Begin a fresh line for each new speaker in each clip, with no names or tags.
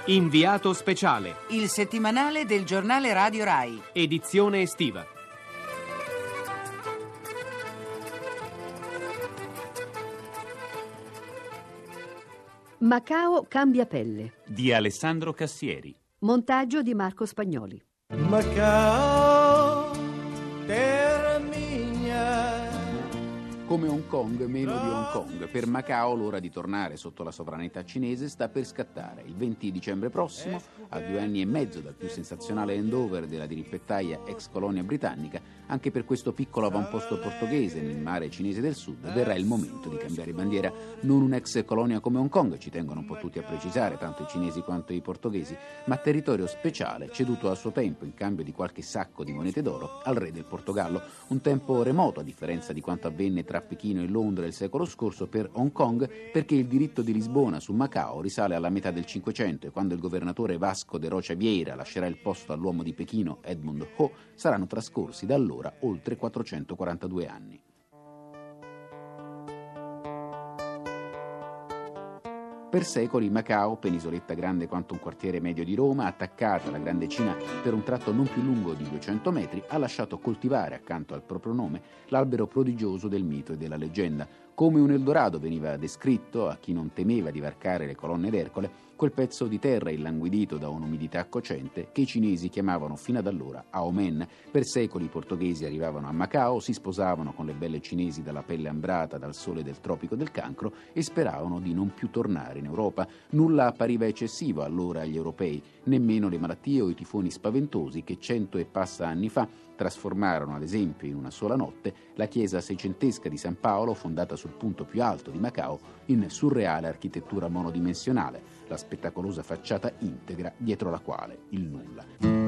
Inviato speciale.
Il settimanale del giornale Radio Rai.
Edizione estiva.
Macao cambia pelle.
Di Alessandro Cassieri.
Montaggio di Marco Spagnoli.
Macao, terra mia.
Come Hong Kong, meno di Hong Kong. Per Macao l'ora di tornare sotto la sovranità cinese sta per scattare. Il 20 dicembre prossimo, a 2 anni e mezzo dal più sensazionale handover della dirimpettaia ex colonia britannica, anche per questo piccolo avamposto portoghese nel mare cinese del sud verrà il momento di cambiare bandiera. Non un'ex colonia come Hong Kong, ci tengono un po' tutti a precisare, tanto i cinesi quanto i portoghesi, ma territorio speciale ceduto a suo tempo in cambio di qualche sacco di monete d'oro al re del Portogallo. Un tempo remoto a differenza di quanto avvenne tra Pechino e Londra il secolo scorso per Hong Kong, perché il diritto di Lisbona su Macao risale alla metà del Cinquecento e quando il governatore Vasco de Rocha Vieira lascerà il posto all'uomo di Pechino Edmund Ho saranno trascorsi da allora oltre 442 anni. Per secoli Macao, penisoletta grande quanto un quartiere medio di Roma, attaccata alla Grande Cina per un tratto non più lungo di 200 metri, ha lasciato coltivare, accanto al proprio nome, l'albero prodigioso del mito e della leggenda. Come un Eldorado veniva descritto, a chi non temeva di varcare le colonne d'Ercole, quel pezzo di terra illanguidito da un'umidità cocente che i cinesi chiamavano fino ad allora Aomen. Per secoli i portoghesi arrivavano a Macao, si sposavano con le belle cinesi dalla pelle ambrata dal sole del tropico del Cancro e speravano di non più tornare in Europa. Nulla appariva eccessivo allora agli europei, nemmeno le malattie o i tifoni spaventosi che 100 e passa anni fa trasformarono, ad esempio, in una sola notte la chiesa seicentesca di San Paolo, fondata sul punto più alto di Macao, in surreale architettura monodimensionale, la spettacolosa facciata integra dietro la quale il nulla.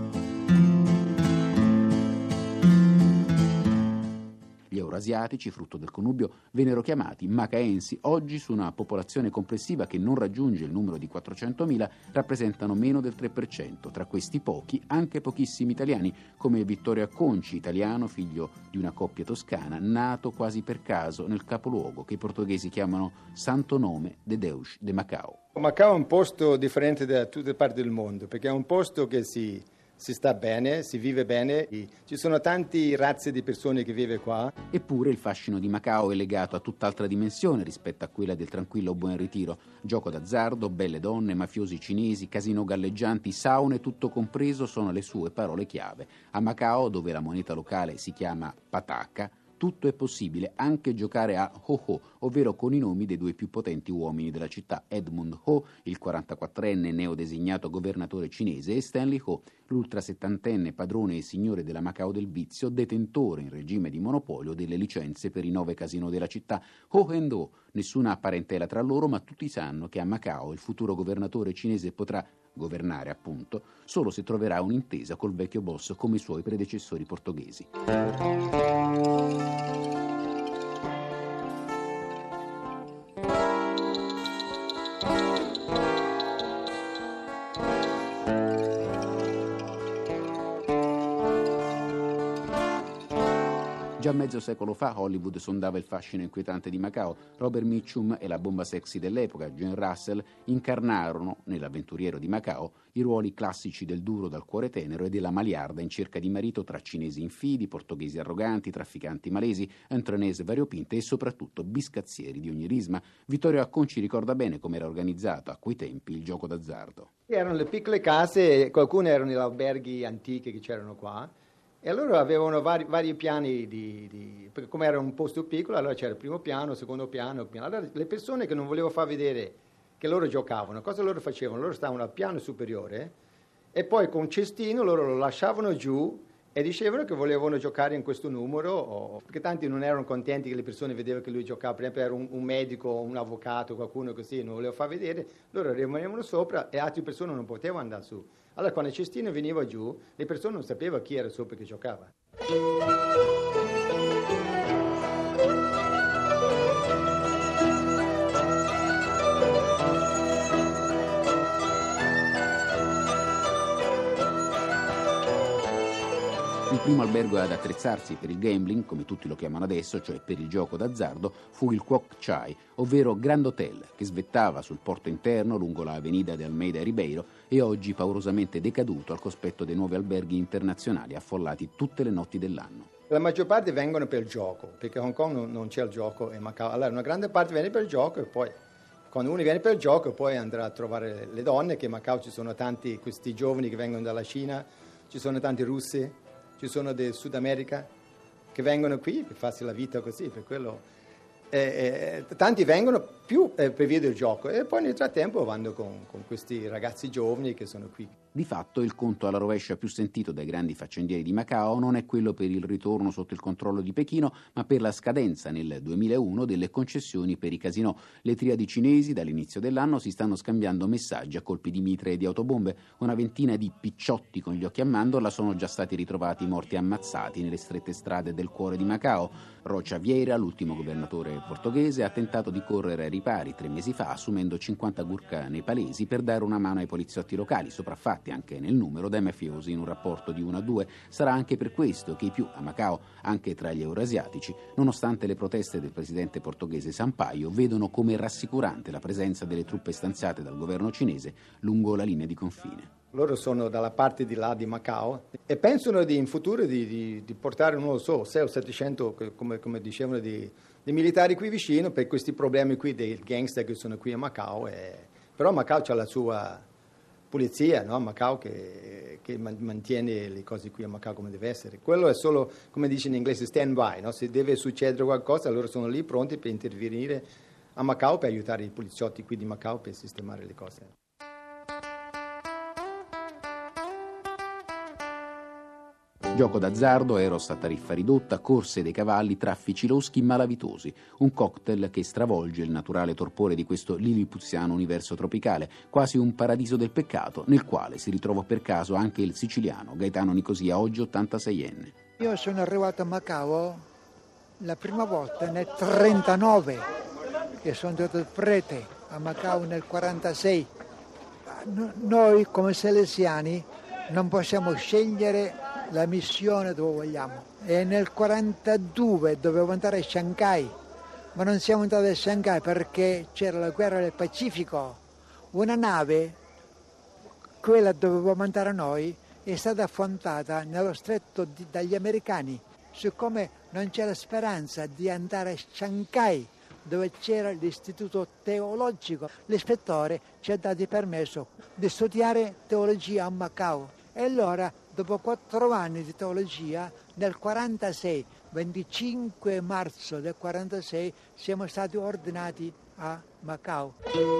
Gli eurasiatici, frutto del connubio, vennero chiamati macaensi. Oggi, su una popolazione complessiva che non raggiunge il numero di 400.000, rappresentano meno del 3%. Tra questi pochi, anche pochissimi italiani, come Vittorio Acconci, italiano, figlio di una coppia toscana, nato quasi per caso nel capoluogo che i portoghesi chiamano Santo Nome de Deus de Macao.
Macao è un posto differente da tutte le parti del mondo, perché è un posto che si sta bene, si vive bene, ci sono tante razze di persone che vivono qua.
Eppure il fascino di Macao è legato a tutt'altra dimensione rispetto a quella del tranquillo Buen Retiro. Gioco d'azzardo, belle donne, mafiosi cinesi, casino galleggianti, saune, tutto compreso sono le sue parole chiave. A Macao, dove la moneta locale si chiama pataca, tutto è possibile, anche giocare a ho-ho, ovvero con i nomi dei due più potenti uomini della città, Edmund Ho, il 44enne neodesignato governatore cinese, e Stanley Ho, l'ultrasettantenne padrone e signore della Macao del vizio, detentore in regime di monopolio delle licenze per i 9 casinò della città. Ho and Ho, nessuna parentela tra loro, ma tutti sanno che a Macao il futuro governatore cinese potrà governare, appunto, solo se troverà un'intesa col vecchio boss come i suoi predecessori portoghesi. Già mezzo secolo fa Hollywood sondava il fascino inquietante di Macao. Robert Mitchum e la bomba sexy dell'epoca, Jane Russell, incarnarono, nell'avventuriero di Macao, i ruoli classici del duro dal cuore tenero e della maliarda in cerca di marito tra cinesi infidi, portoghesi arroganti, trafficanti malesi, entrenese variopinte e soprattutto biscazzieri di ogni risma. Vittorio Acconci ricorda bene come era organizzato a quei tempi il gioco d'azzardo.
Erano le piccole case, qualcune erano gli alberghi antichi che c'erano qua. E allora avevano vari piani, perché come era un posto piccolo, allora c'era il primo piano, il secondo piano. Allora le persone che non volevano far vedere che loro giocavano, cosa loro facevano? Loro stavano al piano superiore e poi con un cestino loro lo lasciavano giù e dicevano che volevano giocare in questo numero, perché tanti non erano contenti che le persone vedevano che lui giocava. Per esempio era un medico, un avvocato, qualcuno così, non voleva far vedere, loro rimanevano sopra e altre persone non potevano andare su. Allora quando il cestino veniva giù, le persone non sapevano chi era sopra che giocava.
Il primo albergo ad attrezzarsi per il gambling, come tutti lo chiamano adesso, cioè per il gioco d'azzardo, fu il Kwok Chai, ovvero Grand Hotel, che svettava sul porto interno lungo la Avenida de Almeida e Ribeiro e oggi paurosamente decaduto al cospetto dei nuovi alberghi internazionali affollati tutte le notti dell'anno.
La maggior parte vengono per il gioco, perché a Hong Kong non c'è il gioco e Macao. Allora una grande parte viene per il gioco e poi quando uno viene per il gioco poi andrà a trovare le donne, che a Macao ci sono tanti questi giovani che vengono dalla Cina, ci sono tanti russi, ci sono del Sud America che vengono qui per farsi la vita così, per quello tanti vengono più per via del gioco e poi nel frattempo vanno con questi ragazzi giovani che sono qui.
Di fatto il conto alla rovescia più sentito dai grandi faccendieri di Macao non è quello per il ritorno sotto il controllo di Pechino, ma per la scadenza nel 2001 delle concessioni per i casinò. Le triadi cinesi dall'inizio dell'anno si stanno scambiando messaggi a colpi di mitre e di autobombe. Una ventina di picciotti con gli occhi a mandorla sono già stati ritrovati morti ammazzati nelle strette strade del cuore di Macao. Rocha Vieira, l'ultimo governatore portoghese, ha tentato di correre ai ripari 3 mesi fa assumendo 50 gurkha nepalesi per dare una mano ai poliziotti locali, sopraffatti anche nel numero dai mafiosi in un rapporto di 1-2. Sarà anche per questo che i più a Macao, anche tra gli eurasiatici, nonostante le proteste del presidente portoghese Sampaio, vedono come rassicurante la presenza delle truppe stanziate dal governo cinese lungo la linea di confine.
Loro sono dalla parte di là di Macao e pensano in futuro di portare, non lo so, 600 o 700, come dicevano, di militari qui vicino per questi problemi qui dei gangster che sono qui a Macao. Però Macao c'ha la sua polizia, no? Macao che mantiene le cose qui a Macao come deve essere. Quello è solo, come dice in inglese, stand by, no? Se deve succedere qualcosa, loro sono lì pronti per intervenire a Macao per aiutare i poliziotti qui di Macao per sistemare le cose.
Gioco d'azzardo, eros a tariffa ridotta, corse dei cavalli, traffici loschi malavitosi, un cocktail che stravolge il naturale torpore di questo lilipuziano universo tropicale, quasi un paradiso del peccato nel quale si ritrovò per caso anche il siciliano Gaetano Nicosia, oggi 86enne.
Io sono arrivato a Macao la prima volta nel 1939 e sono andato prete a Macao nel 1946. Noi come salesiani non possiamo scegliere la missione dove vogliamo. E nel 1942 dovevo andare a Shanghai, ma non siamo andati a Shanghai perché c'era la guerra del Pacifico. Una nave, quella dovevamo andare noi, è stata affondata nello stretto dagli americani. Siccome non c'era speranza di andare a Shanghai, dove c'era l'istituto teologico, l'ispettore ci ha dato permesso di studiare teologia a Macao. E allora, dopo 4 anni di teologia, nel 1946, 25 marzo del 1946, siamo stati ordinati a Macao.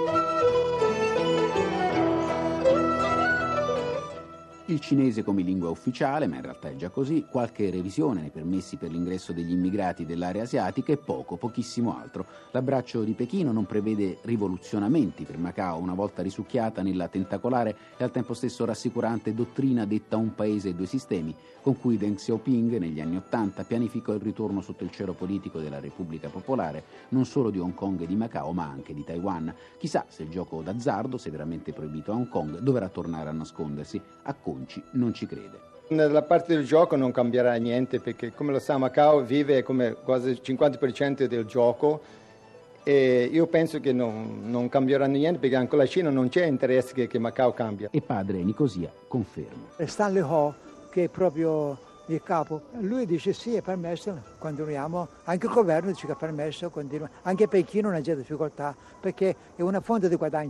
Il cinese come lingua ufficiale, ma in realtà è già così, qualche revisione nei permessi per l'ingresso degli immigrati dell'area asiatica e pochissimo altro. L'abbraccio di Pechino non prevede rivoluzionamenti per Macao, una volta risucchiata nella tentacolare e al tempo stesso rassicurante dottrina detta un paese e 2 sistemi, con cui Deng Xiaoping negli anni '80 pianificò il ritorno sotto il cielo politico della Repubblica Popolare non solo di Hong Kong e di Macao, ma anche di Taiwan. Chissà se il gioco d'azzardo, severamente proibito a Hong Kong, dovrà tornare a nascondersi. A Conci non ci crede.
Nella parte del gioco non cambierà niente perché, come lo sa, Macao vive come quasi il 50% del gioco e io penso che non cambierà niente perché anche la Cina non c'è interesse che Macao cambia.
E padre Nicosia conferma.
Stanley Ho, che è proprio il capo, lui dice sì, è permesso, continuiamo, anche il governo dice che è permesso, continua. Anche Pechino non c'è difficoltà perché è una fonte di guadagno.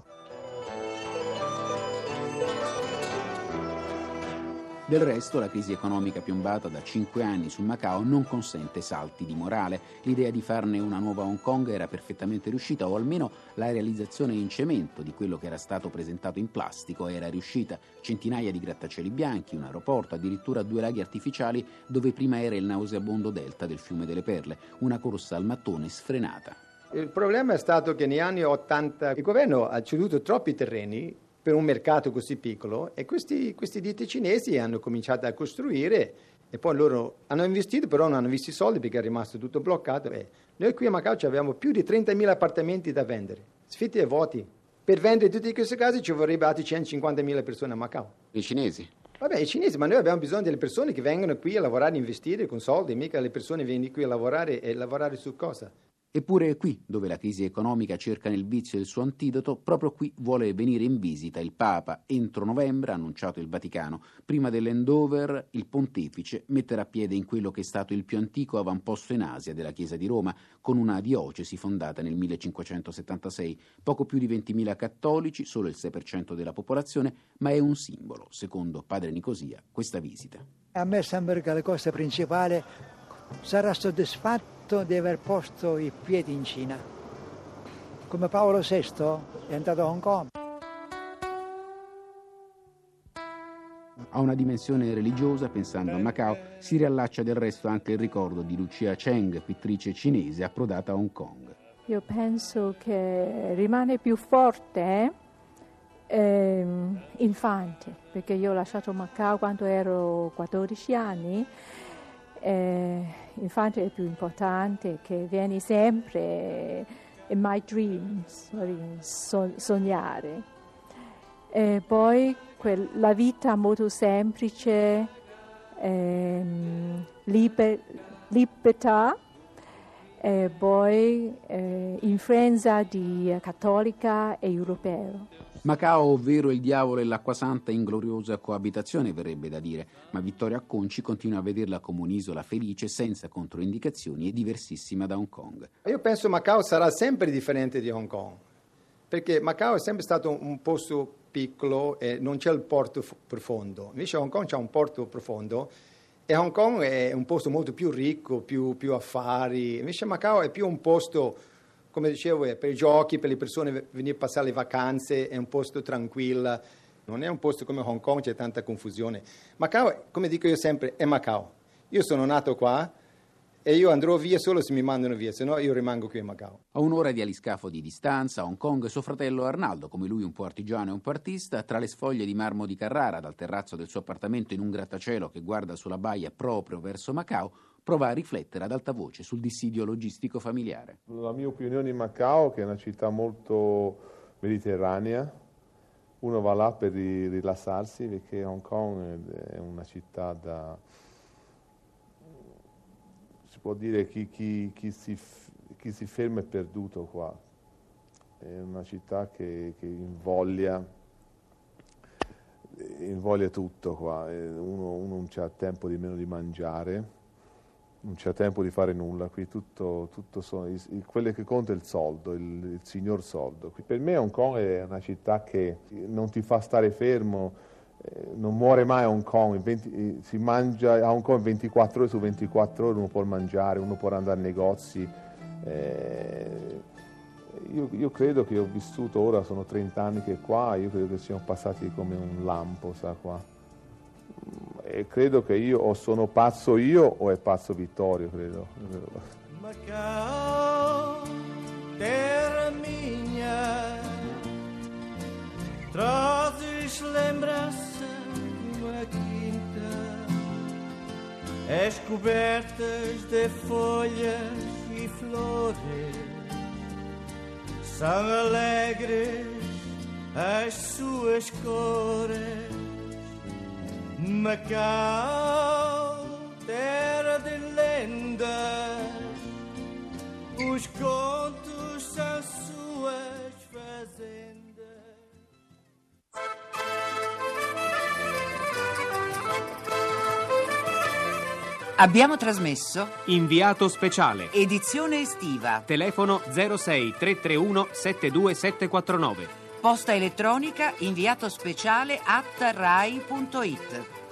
Del resto, la crisi economica piombata da 5 anni su Macao non consente salti di morale. L'idea di farne una nuova Hong Kong era perfettamente riuscita, o almeno la realizzazione in cemento di quello che era stato presentato in plastico era riuscita. Centinaia di grattacieli bianchi, un aeroporto, addirittura 2 laghi artificiali dove prima era il nauseabondo delta del Fiume delle Perle, una corsa al mattone sfrenata.
Il problema è stato che negli anni '80 il governo ha ceduto troppi terreni per un mercato così piccolo e questi ditte cinesi hanno cominciato a costruire e poi loro hanno investito, però non hanno visto i soldi perché è rimasto tutto bloccato. E noi qui a Macao abbiamo più di 30.000 appartamenti da vendere, sfitti e voti. Per vendere tutte queste case ci vorrebbero altri 150.000 persone a Macao.
I cinesi?
Vabbè, i cinesi, ma noi abbiamo bisogno delle persone che vengono qui a lavorare, investire con soldi, mica le persone vengono qui a lavorare e lavorare su cosa?
Eppure qui, dove la crisi economica cerca nel vizio il suo antidoto, proprio qui vuole venire in visita il Papa. Entro novembre, ha annunciato il Vaticano. Prima dell'handover, il pontefice metterà piede in quello che è stato il più antico avamposto in Asia della Chiesa di Roma, con una diocesi fondata nel 1576. Poco più di 20.000 cattolici, solo il 6% della popolazione, ma è un simbolo, secondo padre Nicosia, questa visita.
A me sembra che la cosa principale sarà soddisfatto di aver posto i piedi in Cina. Come Paolo VI è andato a Hong Kong.
A una dimensione religiosa, pensando a Macao, si riallaccia del resto anche il ricordo di Lucia Cheng, pittrice cinese approdata a Hong Kong.
Io penso che rimane più forte infante, perché io ho lasciato Macao quando ero 14 anni. Infante è più importante, che vieni sempre in my dreams, sognare. E poi la vita molto semplice, libertà, e poi influenza di cattolica e europeo.
Macao, ovvero il diavolo e l'acqua santa in gloriosa coabitazione, verrebbe da dire, ma Vittorio Acconci continua a vederla come un'isola felice, senza controindicazioni e diversissima da Hong Kong.
Io penso Macao sarà sempre differente di Hong Kong, perché Macao è sempre stato un posto piccolo e non c'è il porto profondo. Invece Hong Kong c'è un porto profondo e Hong Kong è un posto molto più ricco, più affari. Invece Macao è più un posto, come dicevo, per i giochi, per le persone venire a passare le vacanze, è un posto tranquillo, non è un posto come Hong Kong, c'è tanta confusione. Macao, come dico io sempre, è Macao. Io sono nato qua e io andrò via solo se mi mandano via, se no io rimango qui a Macao.
A un'ora di aliscafo di distanza, a Hong Kong, suo fratello Arnaldo, come lui un po' artigiano e un po' artista, tra le sfoglie di marmo di Carrara, dal terrazzo del suo appartamento in un grattacielo che guarda sulla baia proprio verso Macao, prova a riflettere ad alta voce sul dissidio logistico familiare.
La mia opinione di Macao, che è una città molto mediterranea, uno va là per rilassarsi, perché Hong Kong è una città da... si può dire chi si ferma è perduto qua. È una città che invoglia tutto qua. Uno non c'ha tempo di meno di mangiare, non c'è tempo di fare nulla, qui tutto sono, quello che conta è il soldo, il signor soldo. Qui per me Hong Kong è una città che non ti fa stare fermo, non muore mai a Hong Kong, si mangia a Hong Kong 24 ore su 24 ore, uno può mangiare, uno può andare ai negozi. Io credo che ho vissuto, ora sono 30 anni che qua, io credo che siano passati come un lampo, sa qua. E credo che io o sono pazzo io o è pazzo Vittorio, credo.
Macao, terra minha, trazes lembrança de uma quinta, as cobertas de folhas e flores, são alegres as suas cores. Macao, terra de lendas, os contos são suas fazendas.
Abbiamo trasmesso
Inviato speciale.
Edizione estiva.
Telefono 06 331 72749.
Posta elettronica inviato speciale @rai.it.